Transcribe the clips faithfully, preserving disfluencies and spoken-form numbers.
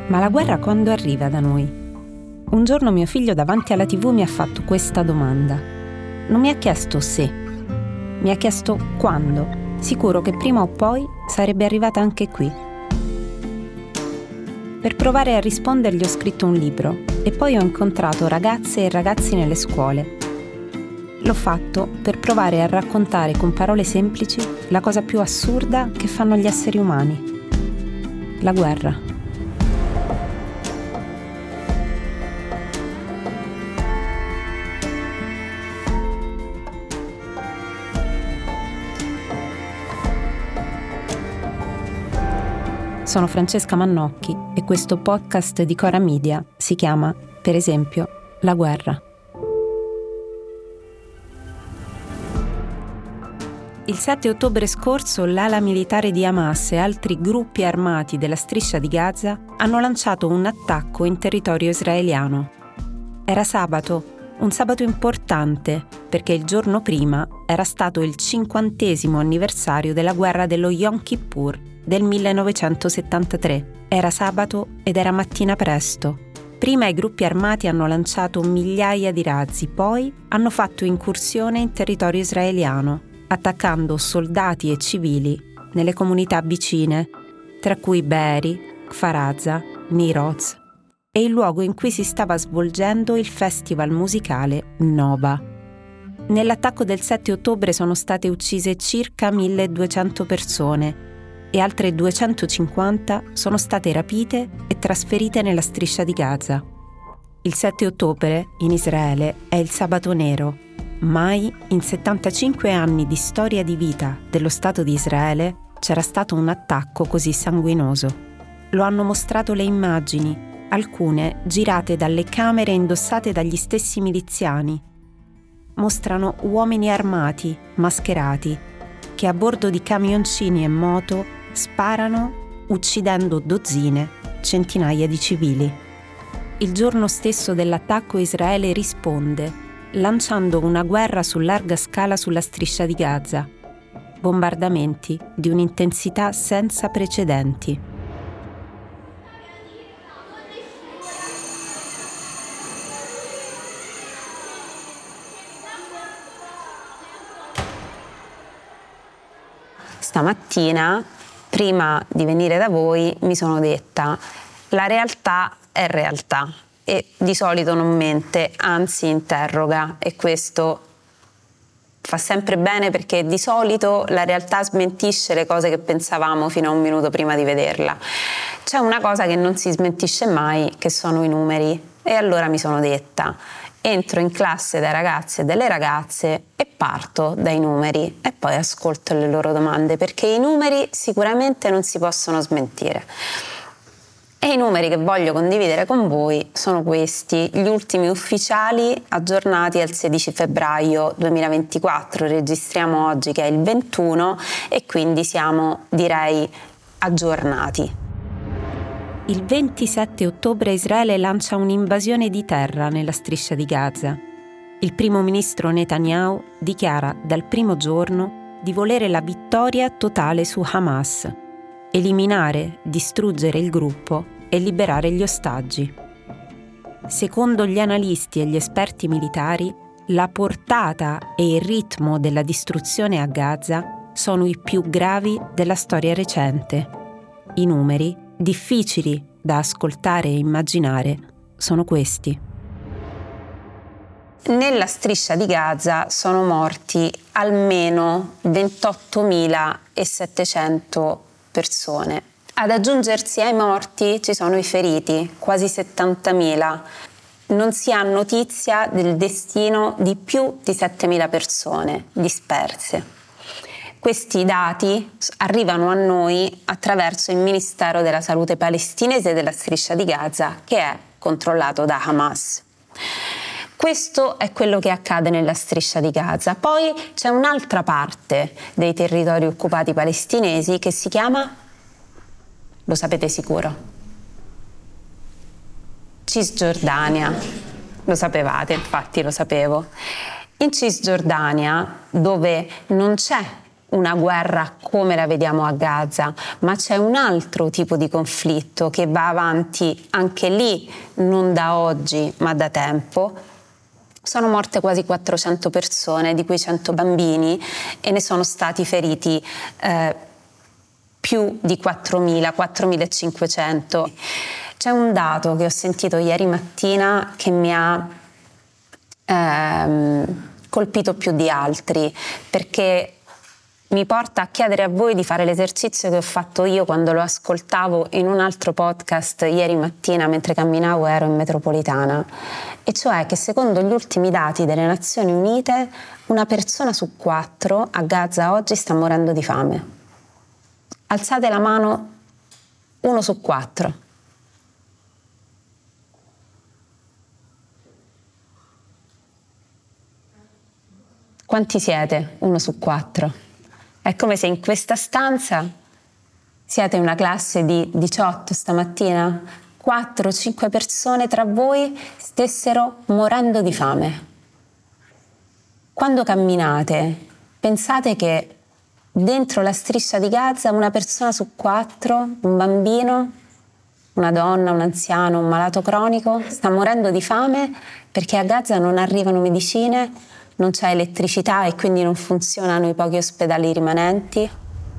Ma la guerra quando arriva da noi? Un giorno mio figlio davanti alla tivù mi ha fatto questa domanda. Non mi ha chiesto se, mi ha chiesto quando. Sicuro che prima o poi sarebbe arrivata anche qui. Per provare a rispondergli ho scritto un libro e poi ho incontrato ragazze e ragazzi nelle scuole. L'ho fatto per provare a raccontare con parole semplici la cosa più assurda che fanno gli esseri umani: la guerra. Sono Francesca Mannocchi e questo podcast di Cora Media si chiama, per esempio, La guerra. Il sette ottobre scorso l'ala militare di Hamas e altri gruppi armati della striscia di Gaza hanno lanciato un attacco in territorio israeliano. Era sabato, un sabato importante, perché il giorno prima era stato il cinquantesimo anniversario della guerra dello Yom Kippur del millenovecentosettantatré. Era sabato ed era mattina presto. Prima i gruppi armati hanno lanciato migliaia di razzi, poi hanno fatto incursione in territorio israeliano, attaccando soldati e civili nelle comunità vicine, tra cui Be'eri, Kfar Aza, Nir Oz e il luogo in cui si stava svolgendo il festival musicale Nova. Nell'attacco del sette ottobre sono state uccise circa milleduecento persone e altre duecentocinquanta sono state rapite e trasferite nella striscia di Gaza. Il sette ottobre in Israele è il sabato nero. Mai in settantacinque anni di storia di vita dello Stato di Israele c'era stato un attacco così sanguinoso. Lo hanno mostrato le immagini, alcune girate dalle camere indossate dagli stessi miliziani. Mostrano uomini armati, mascherati, che a bordo di camioncini e moto sparano, uccidendo dozzine, centinaia di civili. Il giorno stesso dell'attacco Israele risponde, lanciando una guerra su larga scala sulla striscia di Gaza. Bombardamenti di un'intensità senza precedenti. Stamattina, prima di venire da voi, mi sono detta: la realtà è realtà e di solito non mente, anzi interroga, e questo fa sempre bene perché di solito la realtà smentisce le cose che pensavamo fino a un minuto prima di vederla. C'è una cosa che non si smentisce mai, che sono i numeri, e allora mi sono detta: entro in classe dai ragazzi e dalle ragazze e parto dai numeri e poi ascolto le loro domande, perché i numeri sicuramente non si possono smentire. E i numeri che voglio condividere con voi sono questi, gli ultimi ufficiali aggiornati al sedici febbraio duemilaventiquattro. Registriamo oggi che è il ventuno e quindi siamo, direi, aggiornati. Il ventisette ottobre Israele lancia un'invasione di terra nella striscia di Gaza. Il primo ministro Netanyahu dichiara dal primo giorno di volere la vittoria totale su Hamas, eliminare, distruggere il gruppo e liberare gli ostaggi. Secondo gli analisti e gli esperti militari, la portata e il ritmo della distruzione a Gaza sono i più gravi della storia recente. I numeri, difficili da ascoltare e immaginare, sono questi. Nella striscia di Gaza sono morti almeno ventottomilasettecento persone. Ad aggiungersi ai morti ci sono i feriti, quasi settantamila. Non si ha notizia del destino di più di settemila persone disperse. Questi dati arrivano a noi attraverso il Ministero della Salute palestinese della striscia di Gaza, che è controllato da Hamas. Questo è quello che accade nella striscia di Gaza. Poi c'è un'altra parte dei territori occupati palestinesi che si chiama, lo sapete sicuro, Cisgiordania. Lo sapevate, infatti lo sapevo. In Cisgiordania, dove non c'è una guerra come la vediamo a Gaza, ma c'è un altro tipo di conflitto che va avanti anche lì, non da oggi ma da tempo. Sono morte quasi quattrocento persone, di cui cento bambini, e ne sono stati feriti eh, più di quattromila, quattromilacinquecento. C'è un dato che ho sentito ieri mattina che mi ha ehm, colpito più di altri, perché mi porta a chiedere a voi di fare l'esercizio che ho fatto io quando lo ascoltavo in un altro podcast ieri mattina mentre camminavo e ero in metropolitana, e cioè che secondo gli ultimi dati delle Nazioni Unite una persona su quattro a Gaza oggi sta morendo di fame. Alzate la mano, uno su quattro. Quanti siete? Uno su quattro. È come se in questa stanza siete una classe di diciotto stamattina, quattro o cinque persone tra voi stessero morendo di fame. Quando camminate, pensate che dentro la striscia di Gaza una persona su quattro, un bambino, una donna, un anziano, un malato cronico, sta morendo di fame perché a Gaza non arrivano medicine, non c'è elettricità e quindi non funzionano i pochi ospedali rimanenti.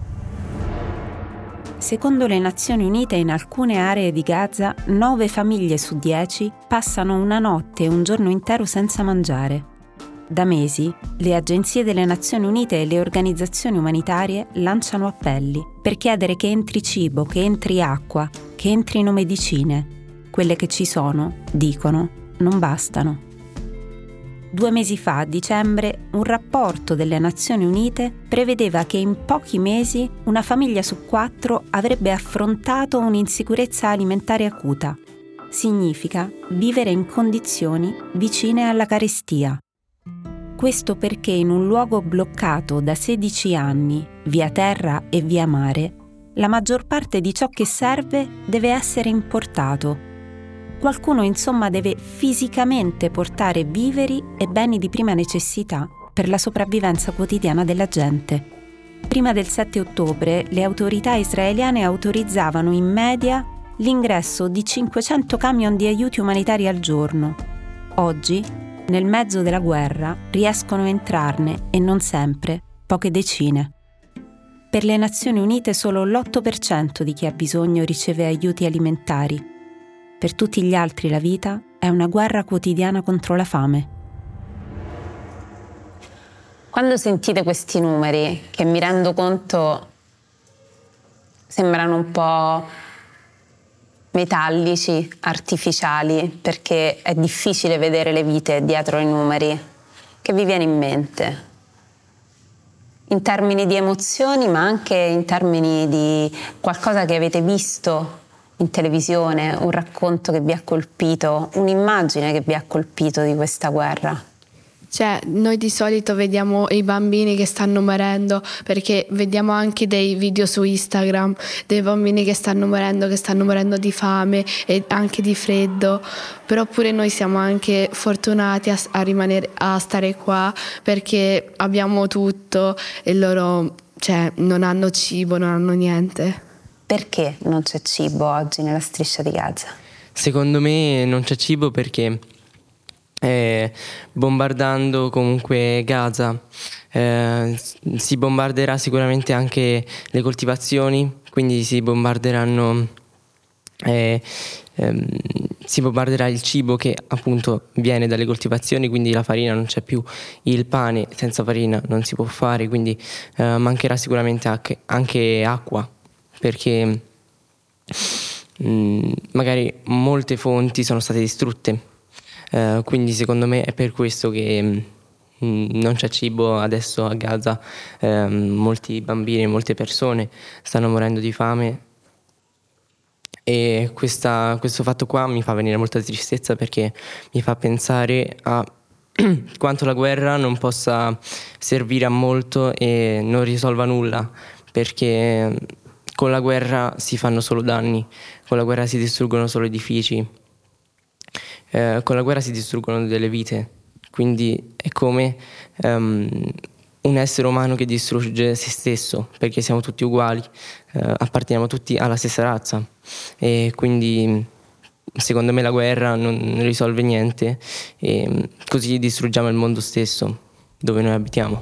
Secondo le Nazioni Unite, in alcune aree di Gaza, nove famiglie su dieci passano una notte e un giorno intero senza mangiare. Da mesi, le agenzie delle Nazioni Unite e le organizzazioni umanitarie lanciano appelli per chiedere che entri cibo, che entri acqua, che entrino medicine. Quelle che ci sono, dicono, non bastano. Due mesi fa, a dicembre, un rapporto delle Nazioni Unite prevedeva che in pochi mesi una famiglia su quattro avrebbe affrontato un'insicurezza alimentare acuta. Significa vivere in condizioni vicine alla carestia. Questo perché in un luogo bloccato da sedici anni, via terra e via mare, la maggior parte di ciò che serve deve essere importato. Qualcuno insomma deve fisicamente portare viveri e beni di prima necessità per la sopravvivenza quotidiana della gente. Prima del sette ottobre le autorità israeliane autorizzavano in media l'ingresso di cinquecento camion di aiuti umanitari al giorno. Oggi, nel mezzo della guerra, riescono a entrarne, e non sempre, poche decine. Per le Nazioni Unite solo l'otto per cento di chi ha bisogno riceve aiuti alimentari. Per tutti gli altri la vita è una guerra quotidiana contro la fame. Quando sentite questi numeri, che mi rendo conto sembrano un po' metallici, artificiali, perché è difficile vedere le vite dietro i numeri, che vi viene in mente? In termini di emozioni, ma anche in termini di qualcosa che avete visto in televisione, un racconto che vi ha colpito, un'immagine che vi ha colpito di questa guerra? Cioè, noi di solito vediamo i bambini che stanno morendo, perché vediamo anche dei video su Instagram dei bambini che stanno morendo, che stanno morendo di fame e anche di freddo, però pure noi siamo anche fortunati a, a rimanere, a stare qua, perché abbiamo tutto e loro, cioè, non hanno cibo, non hanno niente. Perché non c'è cibo oggi nella striscia di Gaza? Secondo me non c'è cibo perché eh, bombardando comunque Gaza eh, si bombarderà sicuramente anche le coltivazioni, quindi si bombarderanno eh, ehm, si bombarderà il cibo che appunto viene dalle coltivazioni, quindi la farina non c'è più, il pane senza farina non si può fare, quindi eh, mancherà sicuramente anche, anche acqua, perché mh, magari molte fonti sono state distrutte, uh, quindi secondo me è per questo che mh, non c'è cibo adesso a Gaza. Uh, molti bambini, molte persone stanno morendo di fame, e questa, questo fatto qua mi fa venire molta tristezza, perché mi fa pensare a quanto la guerra non possa servire a molto e non risolva nulla, perché con la guerra si fanno solo danni, con la guerra si distruggono solo edifici, eh, con la guerra si distruggono delle vite, quindi è come um, un essere umano che distrugge se stesso, perché siamo tutti uguali, eh, apparteniamo tutti alla stessa razza e quindi secondo me la guerra non risolve niente e così distruggiamo il mondo stesso dove noi abitiamo.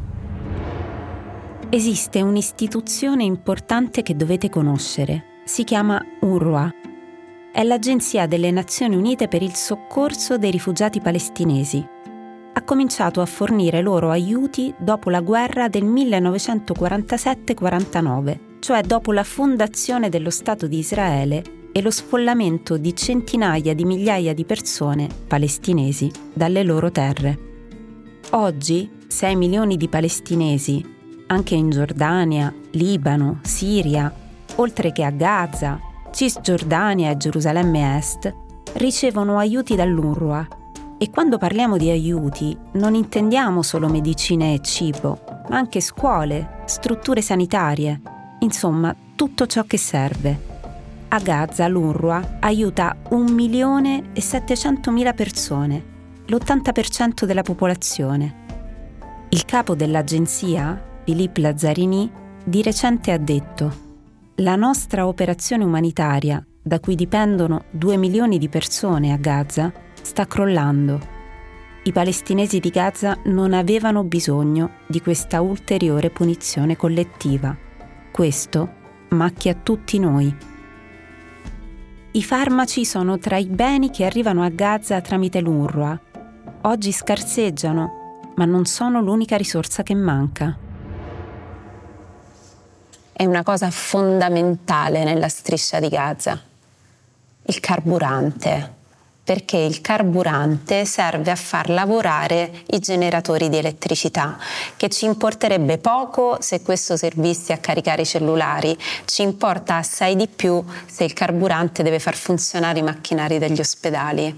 Esiste un'istituzione importante che dovete conoscere. Si chiama UNRWA. È l'Agenzia delle Nazioni Unite per il soccorso dei rifugiati palestinesi. Ha cominciato a fornire loro aiuti dopo la guerra del millenovecentoquarantasette quarantanove, cioè dopo la fondazione dello Stato di Israele e lo sfollamento di centinaia di migliaia di persone palestinesi dalle loro terre. Oggi sei milioni di palestinesi, anche in Giordania, Libano, Siria, oltre che a Gaza, Cisgiordania e Gerusalemme Est, ricevono aiuti dall'UNRWA. E quando parliamo di aiuti non intendiamo solo medicine e cibo, ma anche scuole, strutture sanitarie, insomma tutto ciò che serve. A Gaza l'UNRWA aiuta un milione e settecentomila persone, l'ottanta per cento della popolazione. Il capo dell'agenzia, Philippe Lazzarini, di recente ha detto: «La nostra operazione umanitaria, da cui dipendono due milioni di persone a Gaza, sta crollando. I palestinesi di Gaza non avevano bisogno di questa ulteriore punizione collettiva. Questo macchia tutti noi». I farmaci sono tra i beni che arrivano a Gaza tramite l'UNRWA. Oggi scarseggiano, ma non sono l'unica risorsa che manca. È una cosa fondamentale nella striscia di Gaza: il carburante. Perché il carburante serve a far lavorare i generatori di elettricità, che ci importerebbe poco se questo servisse a caricare i cellulari, ci importa assai di più se il carburante deve far funzionare i macchinari degli ospedali.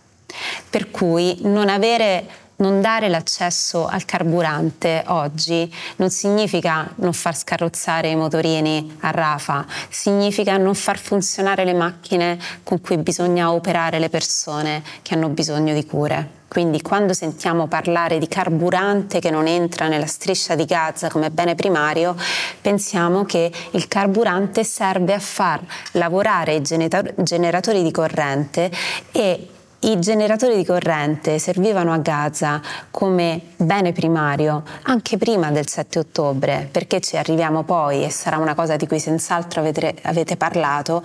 Per cui non avere Non dare l'accesso al carburante oggi non significa non far scarrozzare i motorini a Rafah, significa non far funzionare le macchine con cui bisogna operare le persone che hanno bisogno di cure. Quindi quando sentiamo parlare di carburante che non entra nella striscia di Gaza come bene primario, pensiamo che il carburante serve a far lavorare i generatori di corrente, e i generatori di corrente servivano a Gaza come bene primario anche prima del sette ottobre, perché ci arriviamo poi, e sarà una cosa di cui senz'altro avete, avete parlato.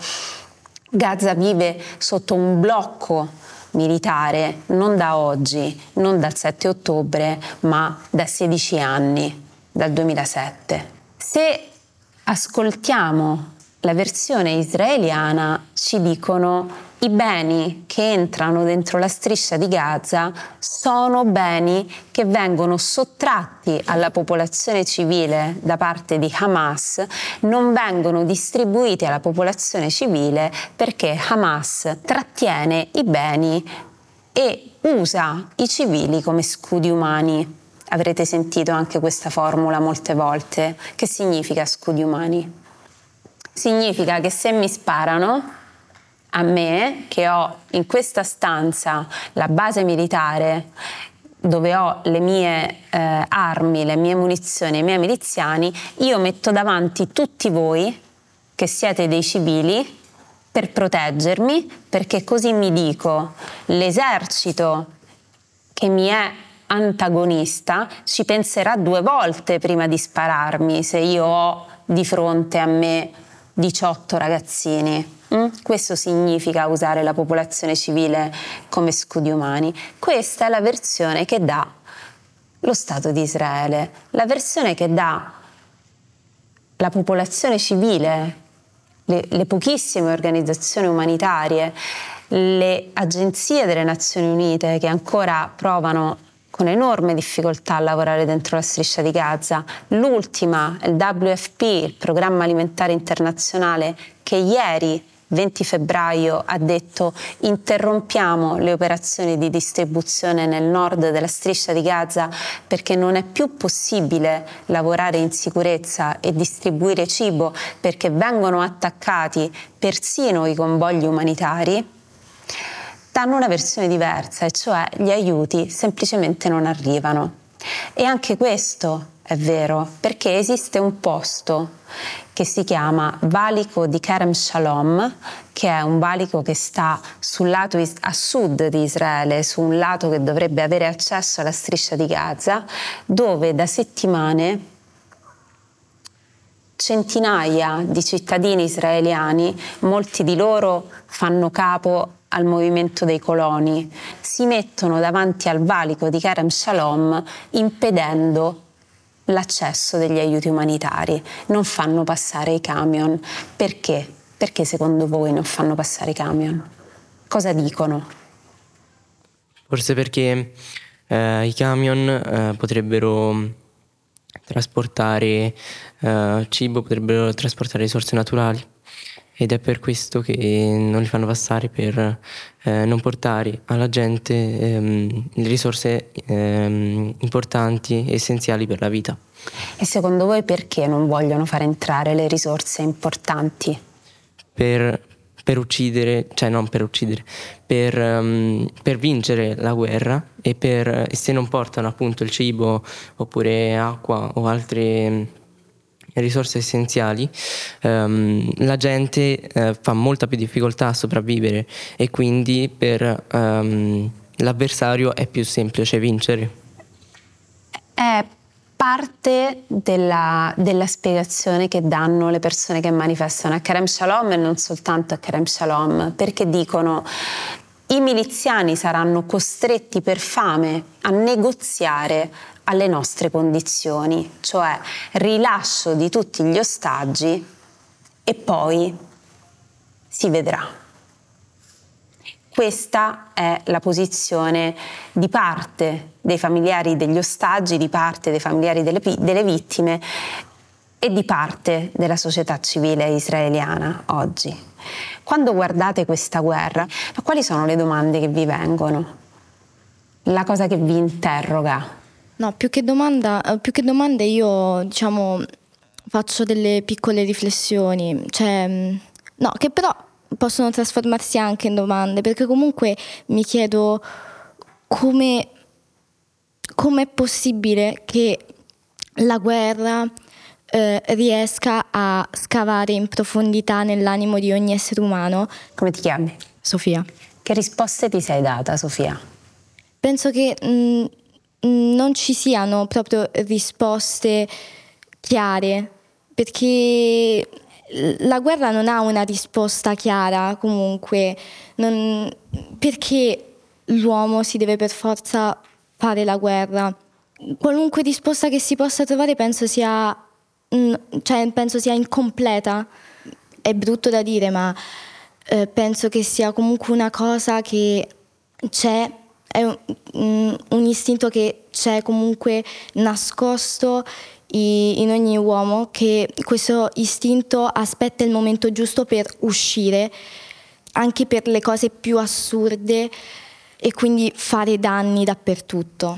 Gaza vive sotto un blocco militare non da oggi, non dal sette ottobre, ma da sedici anni, dal duemilasette. Se ascoltiamo la versione israeliana, ci dicono: i beni che entrano dentro la striscia di Gaza sono beni che vengono sottratti alla popolazione civile da parte di Hamas, non vengono distribuiti alla popolazione civile perché Hamas trattiene i beni e usa i civili come scudi umani. Avrete sentito anche questa formula molte volte. Che significa scudi umani? Significa che se mi sparano a me, che ho in questa stanza la base militare dove ho le mie eh, armi, le mie munizioni, i miei miliziani, io metto davanti tutti voi che siete dei civili per proteggermi, perché così mi dico: l'esercito che mi è antagonista ci penserà due volte prima di spararmi se io ho di fronte a me diciotto ragazzini. Mm? Questo significa usare la popolazione civile come scudi umani. Questa è la versione che dà lo Stato di Israele, la versione che dà la popolazione civile, le, le pochissime organizzazioni umanitarie, le agenzie delle Nazioni Unite che ancora provano con enorme difficoltà a lavorare dentro la striscia di Gaza. L'ultima, il W F P, il Programma Alimentare Internazionale, che ieri, venti febbraio, ha detto: interrompiamo le operazioni di distribuzione nel nord della striscia di Gaza perché non è più possibile lavorare in sicurezza e distribuire cibo, perché vengono attaccati persino i convogli umanitari. Danno una versione diversa, e cioè gli aiuti semplicemente non arrivano. E anche questo è vero, perché esiste un posto che si chiama Valico di Kerem Shalom, che è un valico che sta sul lato is- a sud di Israele, su un lato che dovrebbe avere accesso alla striscia di Gaza, dove da settimane centinaia di cittadini israeliani, molti di loro fanno capo al movimento dei coloni, si mettono davanti al valico di Kerem Shalom impedendo l'accesso degli aiuti umanitari, non fanno passare i camion. Perché? Perché secondo voi non fanno passare i camion? Cosa dicono? Forse perché eh, i camion eh, potrebbero trasportare eh, cibo, potrebbero trasportare risorse naturali, ed è per questo che non li fanno passare, per eh, non portare alla gente ehm, le risorse ehm, importanti e essenziali per la vita. E secondo voi perché non vogliono far entrare le risorse importanti? Per, per uccidere, cioè non per uccidere, per, um, per vincere la guerra, e, per, e se non portano appunto il cibo oppure acqua o altre risorse essenziali, um, la gente uh, fa molta più difficoltà a sopravvivere, e quindi per um, l'avversario è più semplice vincere. È parte della, della spiegazione che danno le persone che manifestano a Kerem Shalom, e non soltanto a Kerem Shalom, perché dicono: i miliziani saranno costretti per fame a negoziare alle nostre condizioni, cioè rilascio di tutti gli ostaggi, e poi si vedrà. Questa è la posizione di parte dei familiari degli ostaggi, di parte dei familiari delle, delle vittime e di parte della società civile israeliana oggi. Quando guardate questa guerra, ma quali sono le domande che vi vengono? La cosa che vi interroga? No, più che domanda, più che domande io, diciamo, faccio delle piccole riflessioni, cioè, no, che però possono trasformarsi anche in domande, perché comunque mi chiedo come come è possibile che la guerra eh, riesca a scavare in profondità nell'animo di ogni essere umano. Come ti chiami? Sofia. Che risposte ti sei data, Sofia? Penso che mh, non ci siano proprio risposte chiare, perché la guerra non ha una risposta chiara comunque, non, perché l'uomo si deve per forza fare la guerra. Qualunque risposta che si possa trovare penso sia, cioè, penso sia incompleta. È brutto da dire, ma eh, penso che sia comunque una cosa che c'è, è un, un istinto che c'è comunque nascosto in ogni uomo, che questo istinto aspetta il momento giusto per uscire, anche per le cose più assurde, e quindi fare danni dappertutto.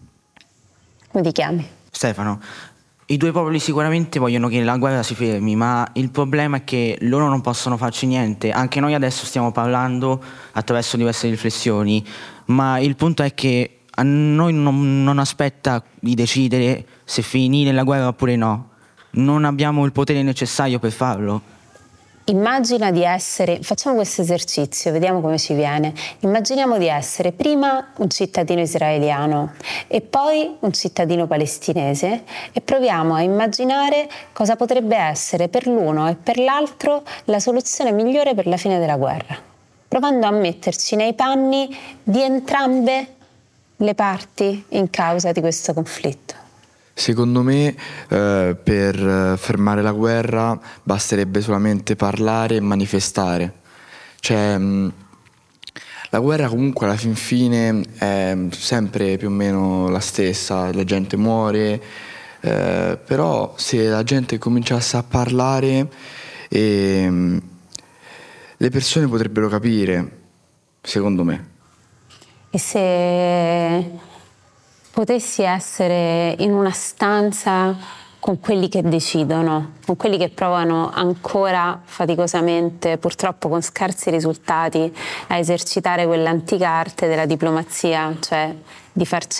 Come ti chiami? Stefano. I due popoli sicuramente vogliono che la guerra si fermi, ma il problema è che loro non possono farci niente. Anche noi adesso stiamo parlando attraverso diverse riflessioni, ma il punto è che a noi non, non aspetta di decidere se finire la guerra oppure no. Non abbiamo il potere necessario per farlo. Immagina di essere, facciamo questo esercizio, vediamo come ci viene. Immaginiamo di essere prima un cittadino israeliano e poi un cittadino palestinese, e proviamo a immaginare cosa potrebbe essere per l'uno e per l'altro la soluzione migliore per la fine della guerra, provando a metterci nei panni di entrambe le parti in causa di questo conflitto. Secondo me eh, per fermare la guerra basterebbe solamente parlare e manifestare. Cioè, mh, la guerra comunque alla fin fine è sempre più o meno la stessa, la gente muore, eh, però se la gente cominciasse a parlare e, mh, le persone potrebbero capire, secondo me. E se potessi essere in una stanza con quelli che decidono, con quelli che provano ancora faticosamente, purtroppo con scarsi risultati, a esercitare quell'antica arte della diplomazia, cioè di far cer-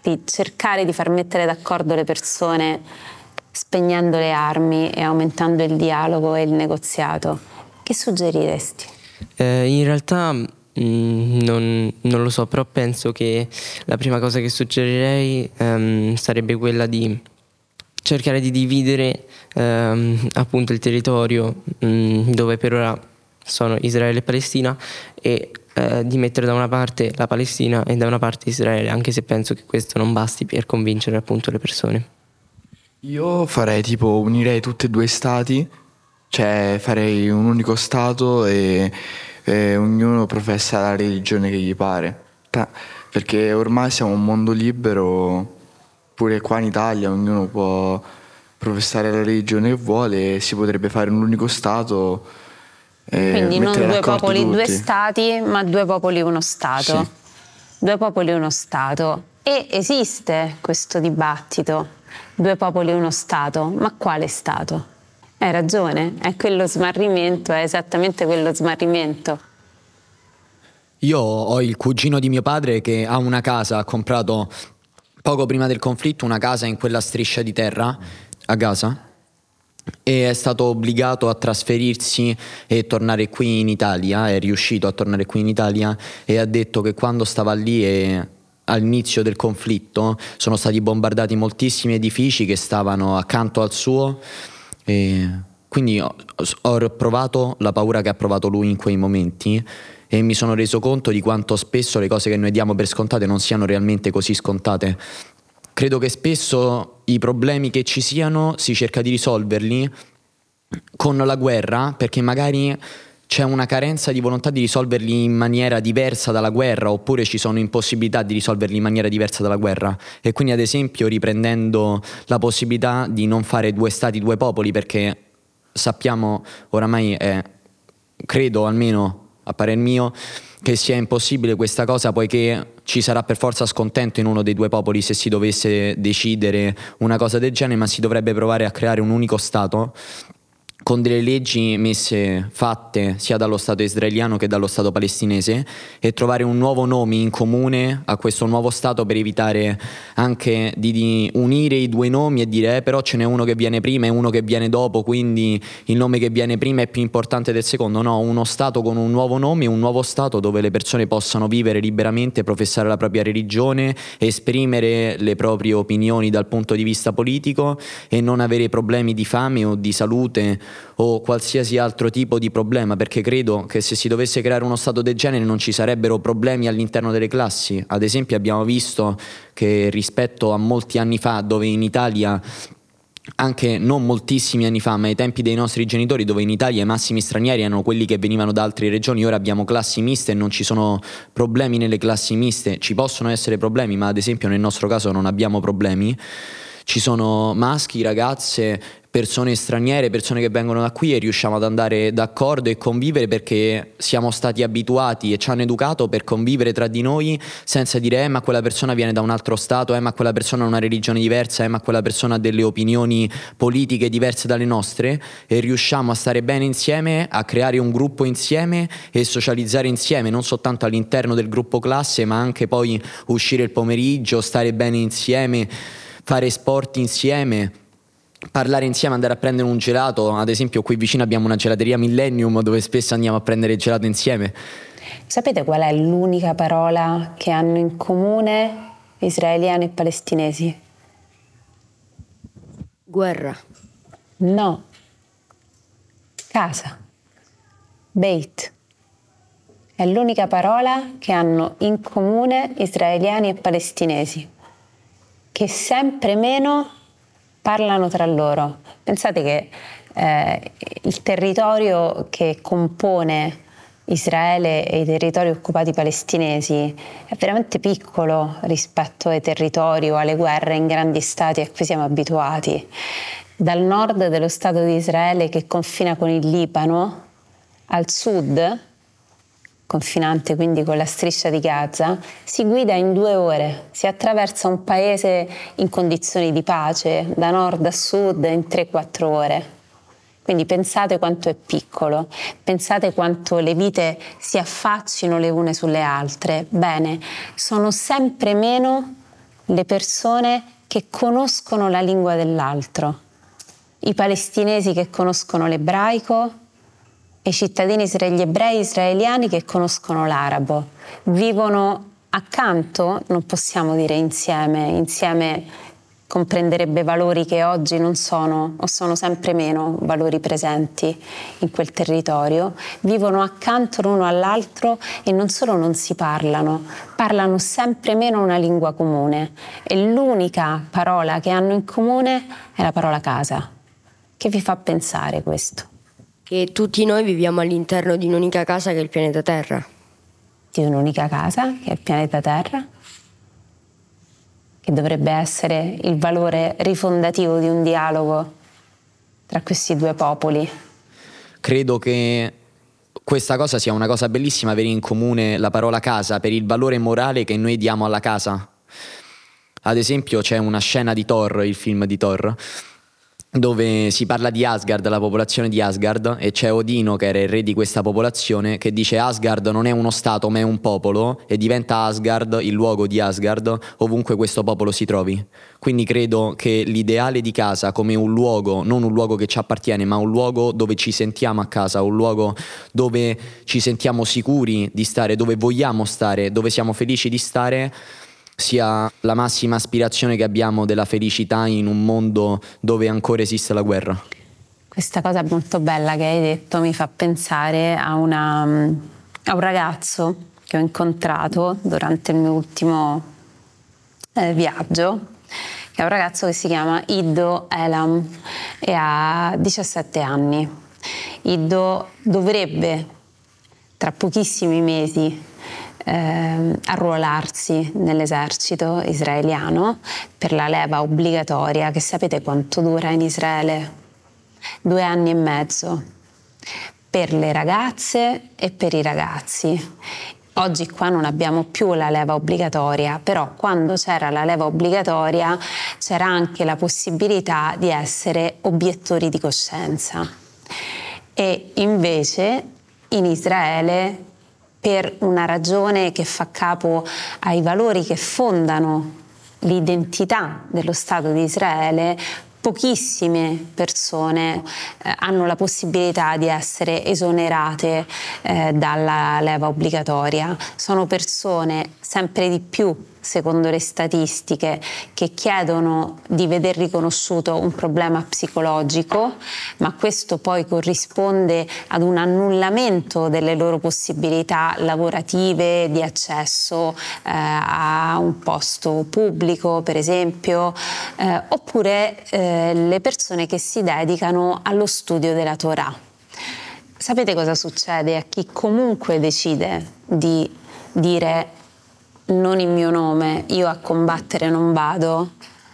di cercare di far mettere d'accordo le persone spegnendo le armi e aumentando il dialogo e il negoziato, che suggeriresti? Eh, in realtà mh, non, non lo so, però penso che la prima cosa che suggerirei ehm, sarebbe quella di cercare di dividere ehm, appunto il territorio mh, dove per ora sono Israele e Palestina, e eh, di mettere da una parte la Palestina e da una parte Israele, anche se penso che questo non basti per convincere appunto le persone. Io farei tipo unirei tutti e due i stati, cioè farei un unico stato e, e ognuno professa la religione che gli pare. Ta- perché ormai siamo un mondo libero, pure qua in Italia ognuno può professare la religione che vuole e si potrebbe fare un unico stato. E Quindi non mettere due d'accordo popoli, tutti. due stati, ma due popoli, uno stato. Sì. Due popoli, uno stato. E esiste questo dibattito, due popoli, uno stato, ma quale stato? Hai ragione, è quello smarrimento, è esattamente quello smarrimento. Io ho il cugino di mio padre che ha una casa, ha comprato poco prima del conflitto una casa in quella striscia di terra a Gaza e è stato obbligato a trasferirsi e tornare qui in Italia, è riuscito a tornare qui in Italia e ha detto che quando stava lì e all'inizio del conflitto sono stati bombardati moltissimi edifici che stavano accanto al suo, e quindi ho, ho provato la paura che ha provato lui in quei momenti e mi sono reso conto di quanto spesso le cose che noi diamo per scontate non siano realmente così scontate. Credo che spesso i problemi che ci siano si cerca di risolverli con la guerra, perché magari c'è una carenza di volontà di risolverli in maniera diversa dalla guerra, oppure ci sono impossibilità di risolverli in maniera diversa dalla guerra. E quindi ad esempio riprendendo la possibilità di non fare due stati, due popoli, perché sappiamo oramai, è, credo almeno a parer mio, che sia impossibile questa cosa, poiché ci sarà per forza scontento in uno dei due popoli se si dovesse decidere una cosa del genere, ma si dovrebbe provare a creare un unico stato con delle leggi messe, fatte sia dallo Stato israeliano che dallo Stato palestinese, e trovare un nuovo nome in comune a questo nuovo Stato per evitare anche di, di unire i due nomi e dire eh, però ce n'è uno che viene prima e uno che viene dopo, quindi il nome che viene prima è più importante del secondo. No, uno Stato con un nuovo nome, un nuovo Stato dove le persone possano vivere liberamente, professare la propria religione, esprimere le proprie opinioni dal punto di vista politico e non avere problemi di fame o di salute o qualsiasi altro tipo di problema, perché credo che se si dovesse creare uno stato del genere non ci sarebbero problemi all'interno delle classi. Ad esempio abbiamo visto che rispetto a molti anni fa, dove in Italia, anche non moltissimi anni fa, ma ai tempi dei nostri genitori, dove in Italia i massimi stranieri erano quelli che venivano da altre regioni, ora abbiamo classi miste e non ci sono problemi nelle classi miste. Ci possono essere problemi, ma ad esempio nel nostro caso non abbiamo problemi. Ci sono maschi, ragazze, persone straniere, persone che vengono da qui e riusciamo ad andare d'accordo e convivere perché siamo stati abituati e ci hanno educato per convivere tra di noi senza dire eh ma quella persona viene da un altro stato, eh ma quella persona ha una religione diversa, eh ma quella persona ha delle opinioni politiche diverse dalle nostre, e riusciamo a stare bene insieme, a creare un gruppo insieme e socializzare insieme, non soltanto all'interno del gruppo classe ma anche poi uscire il pomeriggio, stare bene insieme, fare sport insieme, parlare insieme, andare a prendere un gelato. Ad esempio qui vicino abbiamo una gelateria Millennium dove spesso andiamo a prendere gelato insieme. Sapete qual è l'unica parola che hanno in comune israeliani e palestinesi? Guerra. No. Casa. Beit. È l'unica parola che hanno in comune israeliani e palestinesi, che sempre meno parlano tra loro. Pensate che eh, il territorio che compone Israele e i territori occupati palestinesi è veramente piccolo rispetto ai territori o alle guerre in grandi stati a cui siamo abituati. Dal nord dello Stato di Israele, che confina con il Libano, al sud, confinante quindi con la striscia di Gaza, si guida in due ore, si attraversa un paese in condizioni di pace, da nord a sud in tre quattro ore. Quindi pensate quanto è piccolo, pensate quanto le vite si affaccino le une sulle altre. Bene, sono sempre meno le persone che conoscono la lingua dell'altro, i palestinesi che conoscono l'ebraico e i cittadini gli ebrei israeliani che conoscono l'arabo. Vivono accanto, non possiamo dire insieme, insieme comprenderebbe valori che oggi non sono o sono sempre meno valori presenti in quel territorio, vivono accanto l'uno all'altro e non solo non si parlano, parlano sempre meno una lingua comune e l'unica parola che hanno in comune è la parola casa. Che vi fa pensare questo? Che tutti noi viviamo all'interno di un'unica casa che è il pianeta Terra. Di un'unica casa che è il pianeta Terra? Che dovrebbe essere il valore rifondativo di un dialogo tra questi due popoli. Credo che questa cosa sia una cosa bellissima, avere in comune la parola casa per il valore morale che noi diamo alla casa. Ad esempio c'è una scena di Thor, il film di Thor, dove si parla di Asgard, la popolazione di Asgard, e c'è Odino che era il re di questa popolazione che dice Asgard non è uno stato ma è un popolo, e diventa Asgard il luogo di Asgard ovunque questo popolo si trovi. Quindi credo che l'ideale di casa come un luogo, non un luogo che ci appartiene, ma un luogo dove ci sentiamo a casa, un luogo dove ci sentiamo sicuri di stare, dove vogliamo stare, dove siamo felici di stare, sia la massima aspirazione che abbiamo della felicità in un mondo dove ancora esiste la guerra. Questa cosa molto bella che hai detto mi fa pensare a, una, a un ragazzo che ho incontrato durante il mio ultimo eh, viaggio, che è un ragazzo che si chiama Iddo Elam e ha diciassette anni. Iddo dovrebbe tra pochissimi mesi Eh, arruolarsi nell'esercito israeliano per la leva obbligatoria, che sapete quanto dura in Israele? Due anni e mezzo per le ragazze e per i ragazzi. Oggi qua non abbiamo più la leva obbligatoria, però quando c'era la leva obbligatoria c'era anche la possibilità di essere obiettori di coscienza. E invece in Israele, per una ragione che fa capo ai valori che fondano l'identità dello Stato di Israele, pochissime persone eh, hanno la possibilità di essere esonerate eh, dalla leva obbligatoria. Sono persone sempre di più, secondo le statistiche, che chiedono di veder riconosciuto un problema psicologico, ma questo poi corrisponde ad un annullamento delle loro possibilità lavorative, di accesso eh, a un posto pubblico, per esempio, eh, oppure eh, le persone che si dedicano allo studio della Torah. Sapete cosa succede a chi comunque decide di dire non in mio nome, io a combattere non vado,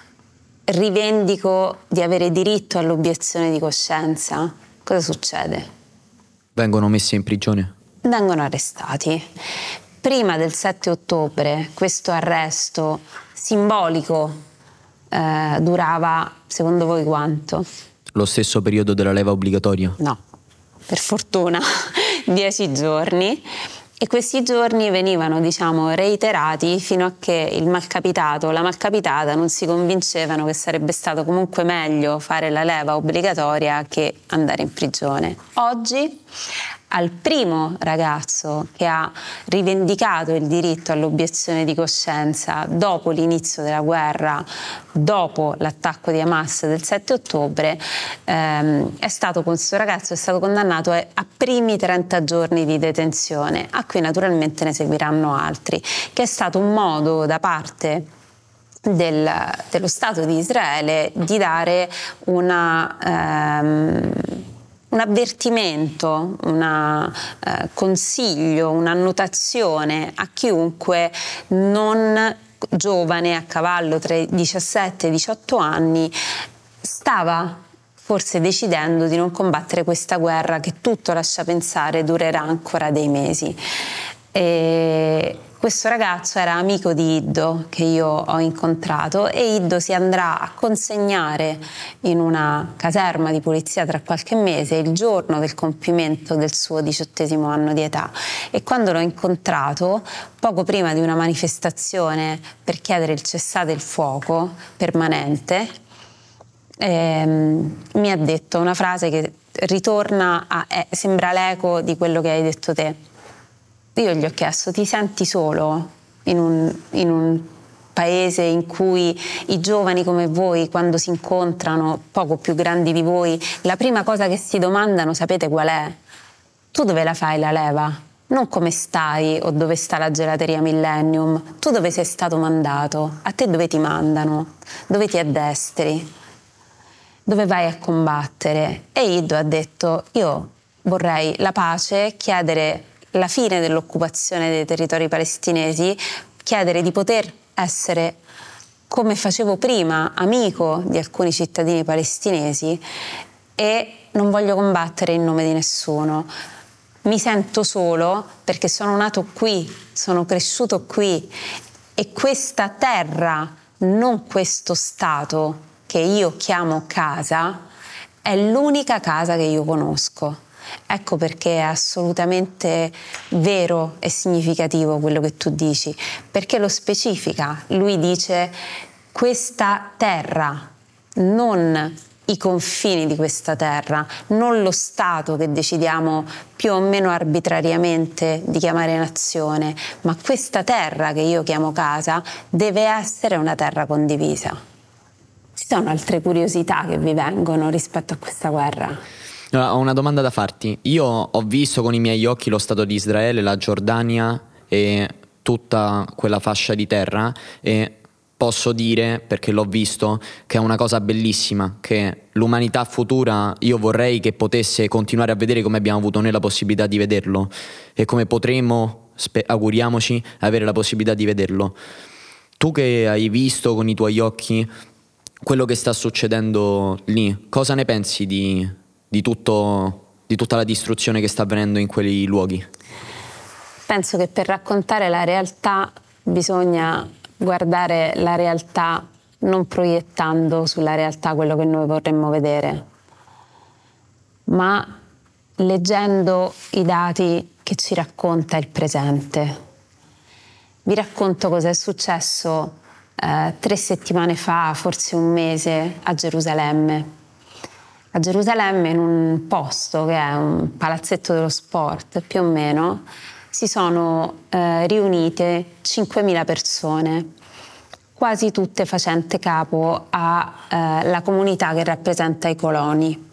rivendico di avere diritto all'obiezione di coscienza? Cosa succede? Vengono messi in prigione? Vengono arrestati. Prima del sette ottobre questo arresto simbolico eh, durava, secondo voi, quanto? Lo stesso periodo della leva obbligatoria? No, per fortuna, dieci giorni. E questi giorni venivano, diciamo, reiterati fino a che il malcapitato o la malcapitata non si convincevano che sarebbe stato comunque meglio fare la leva obbligatoria che andare in prigione. Oggi, al primo ragazzo che ha rivendicato il diritto all'obiezione di coscienza dopo l'inizio della guerra, dopo l'attacco di Hamas del sette ottobre, ehm, è stato, questo ragazzo è stato condannato a, a primi trenta giorni di detenzione, a cui naturalmente ne seguiranno altri, che è stato un modo da parte del, dello Stato di Israele di dare una... Ehm, un avvertimento, un eh, consiglio, un'annotazione a chiunque non giovane, a cavallo tra i diciassette e i diciotto anni, stava forse decidendo di non combattere questa guerra che tutto lascia pensare durerà ancora dei mesi. E Questo ragazzo era amico di Iddo, che io ho incontrato, e Iddo si andrà a consegnare in una caserma di polizia tra qualche mese il giorno del compimento del suo diciottesimo anno di età. E quando l'ho incontrato, poco prima di una manifestazione per chiedere il cessate il fuoco permanente, ehm, mi ha detto una frase che ritorna a, eh, sembra l'eco di quello che hai detto te. Io gli ho chiesto: ti senti solo in un, in un paese in cui i giovani come voi, quando si incontrano, poco più grandi di voi, la prima cosa che si domandano, sapete qual è? Tu dove la fai la leva? Non come stai o dove sta la gelateria Millennium. Tu dove sei stato mandato? A te dove ti mandano? Dove ti addestri? Dove vai a combattere? E Iddo ha detto: io vorrei la pace, chiedere la fine dell'occupazione dei territori palestinesi, chiedere di poter essere, come facevo prima, amico di alcuni cittadini palestinesi, e non voglio combattere in nome di nessuno. Mi sento solo perché sono nato qui, sono cresciuto qui, e questa terra, non questo Stato che io chiamo casa, è l'unica casa che io conosco. Ecco perché è assolutamente vero e significativo quello che tu dici, perché lo specifica. Lui dice questa terra, non i confini di questa terra, non lo Stato che decidiamo più o meno arbitrariamente di chiamare nazione, ma questa terra che io chiamo casa deve essere una terra condivisa. Ci sono altre curiosità che vi vengono rispetto a questa guerra? Ho una domanda da farti. Io ho visto con i miei occhi lo Stato di Israele, la Giordania e tutta quella fascia di terra, e posso dire, perché l'ho visto, che è una cosa bellissima, che l'umanità futura io vorrei che potesse continuare a vedere come abbiamo avuto noi la possibilità di vederlo e come potremo, spe- auguriamoci, avere la possibilità di vederlo. Tu che hai visto con i tuoi occhi quello che sta succedendo lì, cosa ne pensi di... Di, tutto, di tutta la distruzione che sta avvenendo in quei luoghi? Penso che per raccontare la realtà bisogna guardare la realtà non proiettando sulla realtà quello che noi vorremmo vedere, ma leggendo i dati che ci racconta il presente. Vi racconto cosa è successo eh, tre settimane fa, forse un mese, a Gerusalemme. A Gerusalemme, in un posto che è un palazzetto dello sport, più o meno, si sono eh, riunite cinquemila persone, quasi tutte facenti capo alla eh, comunità che rappresenta i coloni.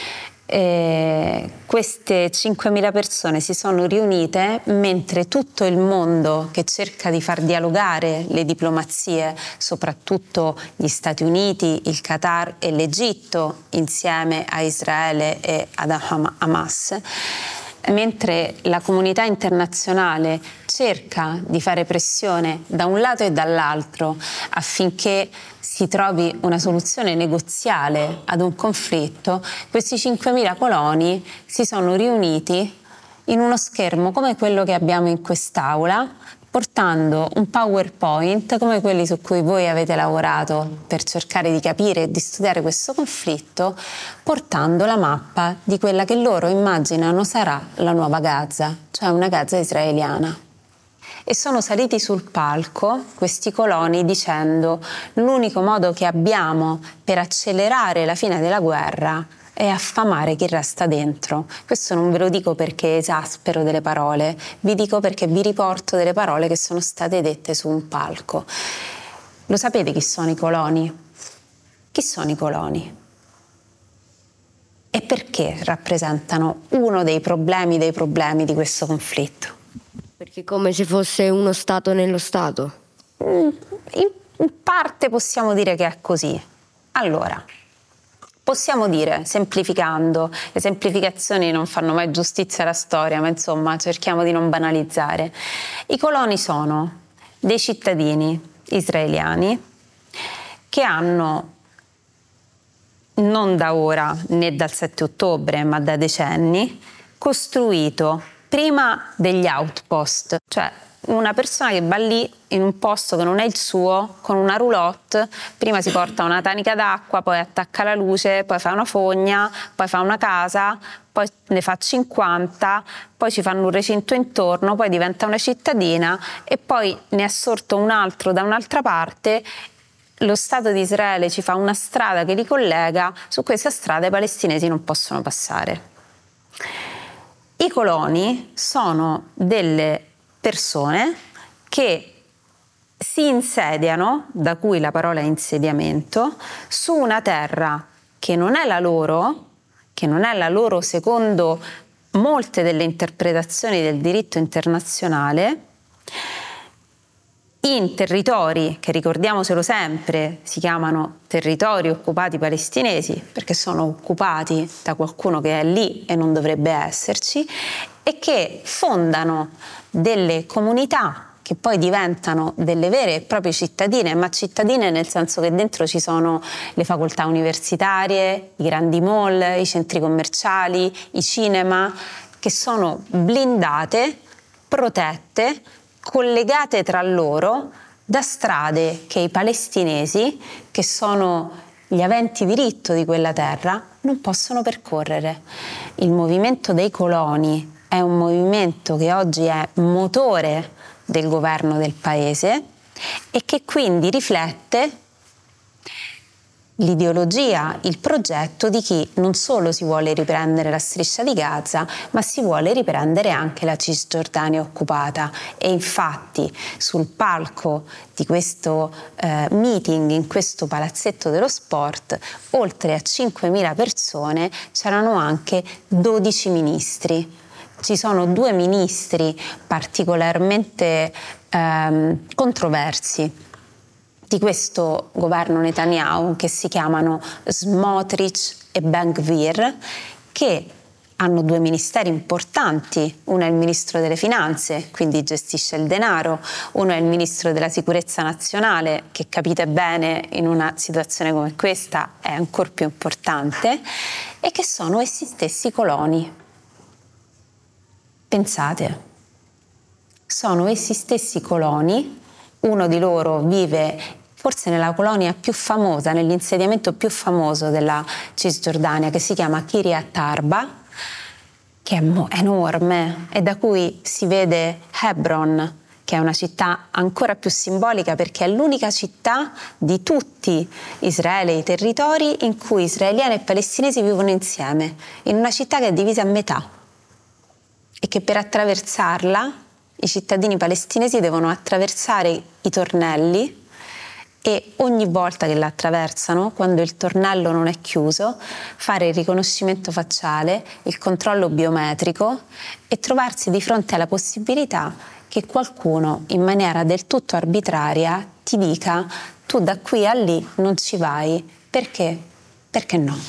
E queste cinquemila persone si sono riunite mentre tutto il mondo che cerca di far dialogare le diplomazie, soprattutto gli Stati Uniti, il Qatar e l'Egitto, insieme a Israele e ad Hamas, mentre la comunità internazionale cerca di fare pressione da un lato e dall'altro affinché si trovi una soluzione negoziale ad un conflitto, questi cinquemila coloni si sono riuniti in uno schermo come quello che abbiamo in quest'aula, portando un PowerPoint come quelli su cui voi avete lavorato per cercare di capire e di studiare questo conflitto, portando la mappa di quella che loro immaginano sarà la nuova Gaza, cioè una Gaza israeliana. E sono saliti sul palco questi coloni dicendo: l'unico modo che abbiamo per accelerare la fine della guerra è affamare chi resta dentro. Questo non ve lo dico perché esaspero delle parole, vi dico perché vi riporto delle parole che sono state dette su un palco. Lo sapete chi sono i coloni? Chi sono i coloni? E perché rappresentano uno dei problemi dei problemi di questo conflitto? Perché è come se fosse uno Stato nello Stato. In, in parte possiamo dire che è così. Allora, possiamo dire, semplificando, le semplificazioni non fanno mai giustizia alla storia, ma insomma cerchiamo di non banalizzare. I coloni sono dei cittadini israeliani che hanno, non da ora né dal sette ottobre, ma da decenni, costruito prima degli outpost, cioè una persona che va lì in un posto che non è il suo, con una roulotte, prima si porta una tanica d'acqua, poi attacca la luce, poi fa una fogna, poi fa una casa, poi ne fa cinquanta, poi ci fanno un recinto intorno, poi diventa una cittadina e poi ne è sorto un altro da un'altra parte. Lo Stato di Israele ci fa una strada che li collega, su questa strada i palestinesi non possono passare. I coloni sono delle persone che si insediano, da cui la parola insediamento, su una terra che non è la loro, che non è la loro secondo molte delle interpretazioni del diritto internazionale, in territori che, ricordiamocelo sempre, si chiamano territori occupati palestinesi perché sono occupati da qualcuno che è lì e non dovrebbe esserci, e che fondano delle comunità che poi diventano delle vere e proprie cittadine, ma cittadine nel senso che dentro ci sono le facoltà universitarie, i grandi mall, i centri commerciali, i cinema, che sono blindate, protette, collegate tra loro da strade che i palestinesi, che sono gli aventi diritto di quella terra, non possono percorrere. Il movimento dei coloni è un movimento che oggi è motore del governo del paese e che quindi riflette l'ideologia, il progetto di chi non solo si vuole riprendere la striscia di Gaza, ma si vuole riprendere anche la Cisgiordania occupata. E infatti sul palco di questo eh, meeting, in questo palazzetto dello sport, oltre a cinquemila persone, c'erano anche dodici ministri. Ci sono due ministri particolarmente ehm, controversi di questo governo Netanyahu, che si chiamano Smotrich e Ben Gvir, che hanno due ministeri importanti. Uno è il ministro delle finanze, quindi gestisce il denaro, uno è il ministro della sicurezza nazionale, che capite bene in una situazione come questa è ancora più importante, e che sono essi stessi coloni. Pensate, sono essi stessi coloni. Uno di loro vive forse nella colonia più famosa, nell'insediamento più famoso della Cisgiordania, che si chiama Kiryat Arba, che è mo- enorme e da cui si vede Hebron, che è una città ancora più simbolica perché è l'unica città di tutti Israele e i territori in cui israeliani e palestinesi vivono insieme, in una città che è divisa a metà e che per attraversarla i cittadini palestinesi devono attraversare i tornelli e ogni volta che la attraversano, quando il tornello non è chiuso, fare il riconoscimento facciale, il controllo biometrico e trovarsi di fronte alla possibilità che qualcuno, in maniera del tutto arbitraria, ti dica: tu da qui a lì non ci vai. Perché? Perché no?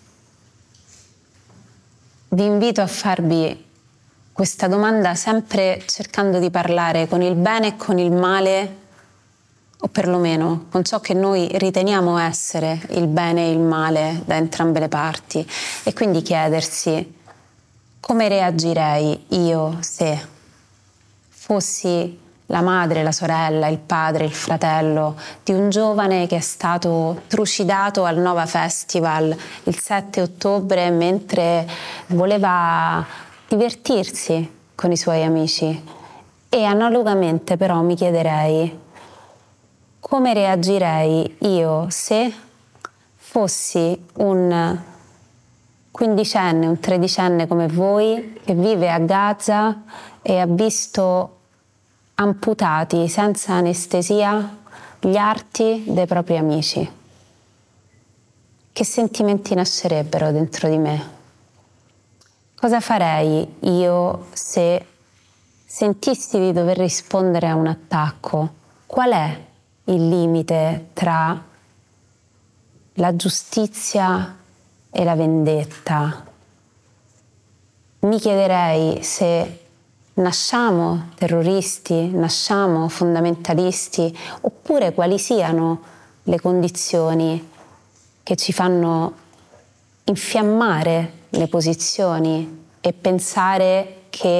Vi invito a farvi questa domanda sempre cercando di parlare con il bene e con il male, o perlomeno con ciò che noi riteniamo essere il bene e il male da entrambe le parti, e quindi chiedersi: come reagirei io se fossi la madre, la sorella, il padre, il fratello di un giovane che è stato trucidato al Nova Festival il sette ottobre mentre voleva divertirsi con i suoi amici. E analogamente però mi chiederei: come reagirei io se fossi un quindicenne, un tredicenne come voi che vive a Gaza e ha visto amputati senza anestesia gli arti dei propri amici? Che sentimenti nascerebbero dentro di me? Cosa farei io se sentissi di dover rispondere a un attacco? Qual è il limite tra la giustizia e la vendetta? Mi chiederei se nasciamo terroristi, nasciamo fondamentalisti, oppure quali siano le condizioni che ci fanno infiammare le posizioni e pensare che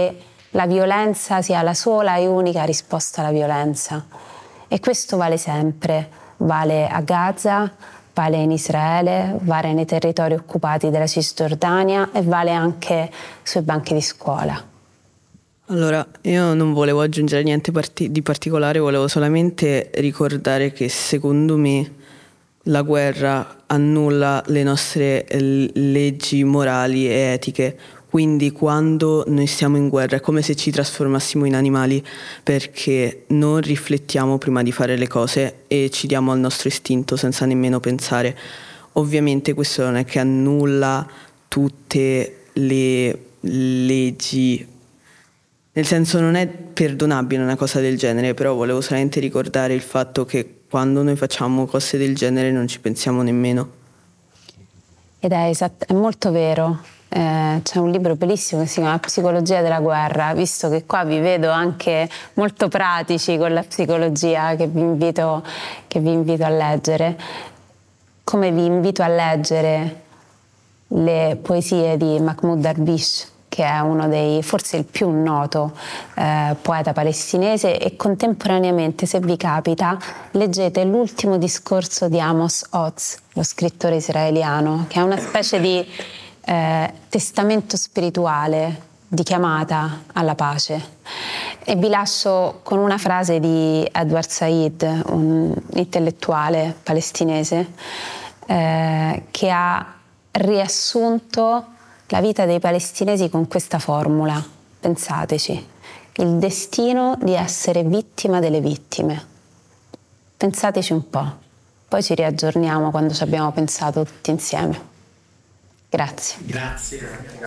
la violenza sia la sola e unica risposta alla violenza. E questo vale sempre, vale a Gaza, vale in Israele, vale nei territori occupati della Cisgiordania e vale anche sui banchi di scuola. Allora, io non volevo aggiungere niente parti- di particolare, volevo solamente ricordare che secondo me la guerra annulla le nostre eh, leggi morali e etiche. Quindi quando noi stiamo in guerra è come se ci trasformassimo in animali, perché non riflettiamo prima di fare le cose e ci diamo al nostro istinto senza nemmeno pensare. Ovviamente questo non è che annulla tutte le leggi, nel senso non è perdonabile una cosa del genere, però volevo solamente ricordare il fatto che quando noi facciamo cose del genere non ci pensiamo nemmeno. Ed è, esatto, è molto vero. Eh, c'è un libro bellissimo che si chiama Psicologia della guerra, visto che qua vi vedo anche molto pratici con la psicologia, che vi invito, che vi invito a leggere, come vi invito a leggere le poesie di Mahmoud Darwish, che è uno dei, forse il più noto eh, poeta palestinese, e contemporaneamente, se vi capita, leggete l'ultimo discorso di Amos Oz, lo scrittore israeliano, che è una specie di eh, testamento spirituale, di chiamata alla pace. E vi lascio con una frase di Edward Said, un intellettuale palestinese, eh, che ha riassunto la vita dei palestinesi con questa formula. Pensateci: il destino di essere vittima delle vittime. Pensateci un po', poi ci riaggiorniamo quando ci abbiamo pensato tutti insieme. Grazie. Grazie.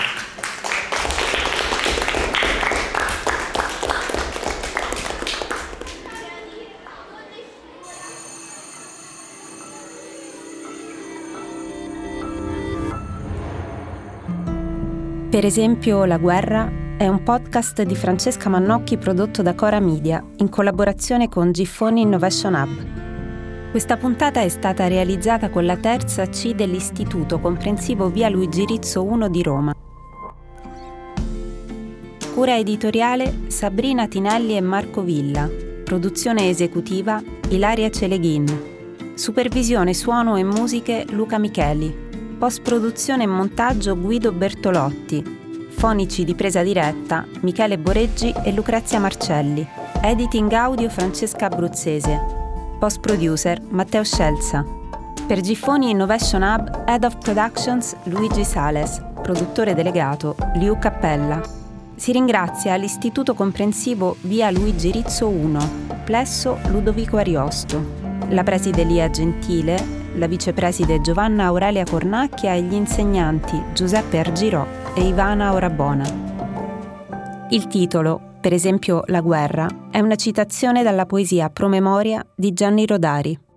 Per esempio, La guerra è un podcast di Francesca Mannocchi prodotto da Cora Media in collaborazione con Giffoni Innovation Hub. Questa puntata è stata realizzata con la terza C dell'Istituto Comprensivo Via Luigi Rizzo uno di Roma. Cura editoriale Sabrina Tinelli e Marco Villa. Produzione esecutiva Ilaria Celeghin. Supervisione suono e musiche Luca Micheli. Post-produzione e montaggio Guido Bertolotti. Fonici di presa diretta Michele Boreggi e Lucrezia Marcelli. Editing audio Francesca Abruzzese. Post-producer Matteo Scelza. Per Giffoni Innovation Hub, Head of Productions Luigi Sales. Produttore delegato Liu Cappella. Si ringrazia l'Istituto Comprensivo Via Luigi Rizzo uno, Plesso Ludovico Ariosto. La preside Lia Gentile, la vicepreside Giovanna Aurelia Cornacchia e gli insegnanti Giuseppe Argirò e Ivana Orabona. Il titolo, per esempio La guerra, è una citazione dalla poesia Promemoria di Gianni Rodari.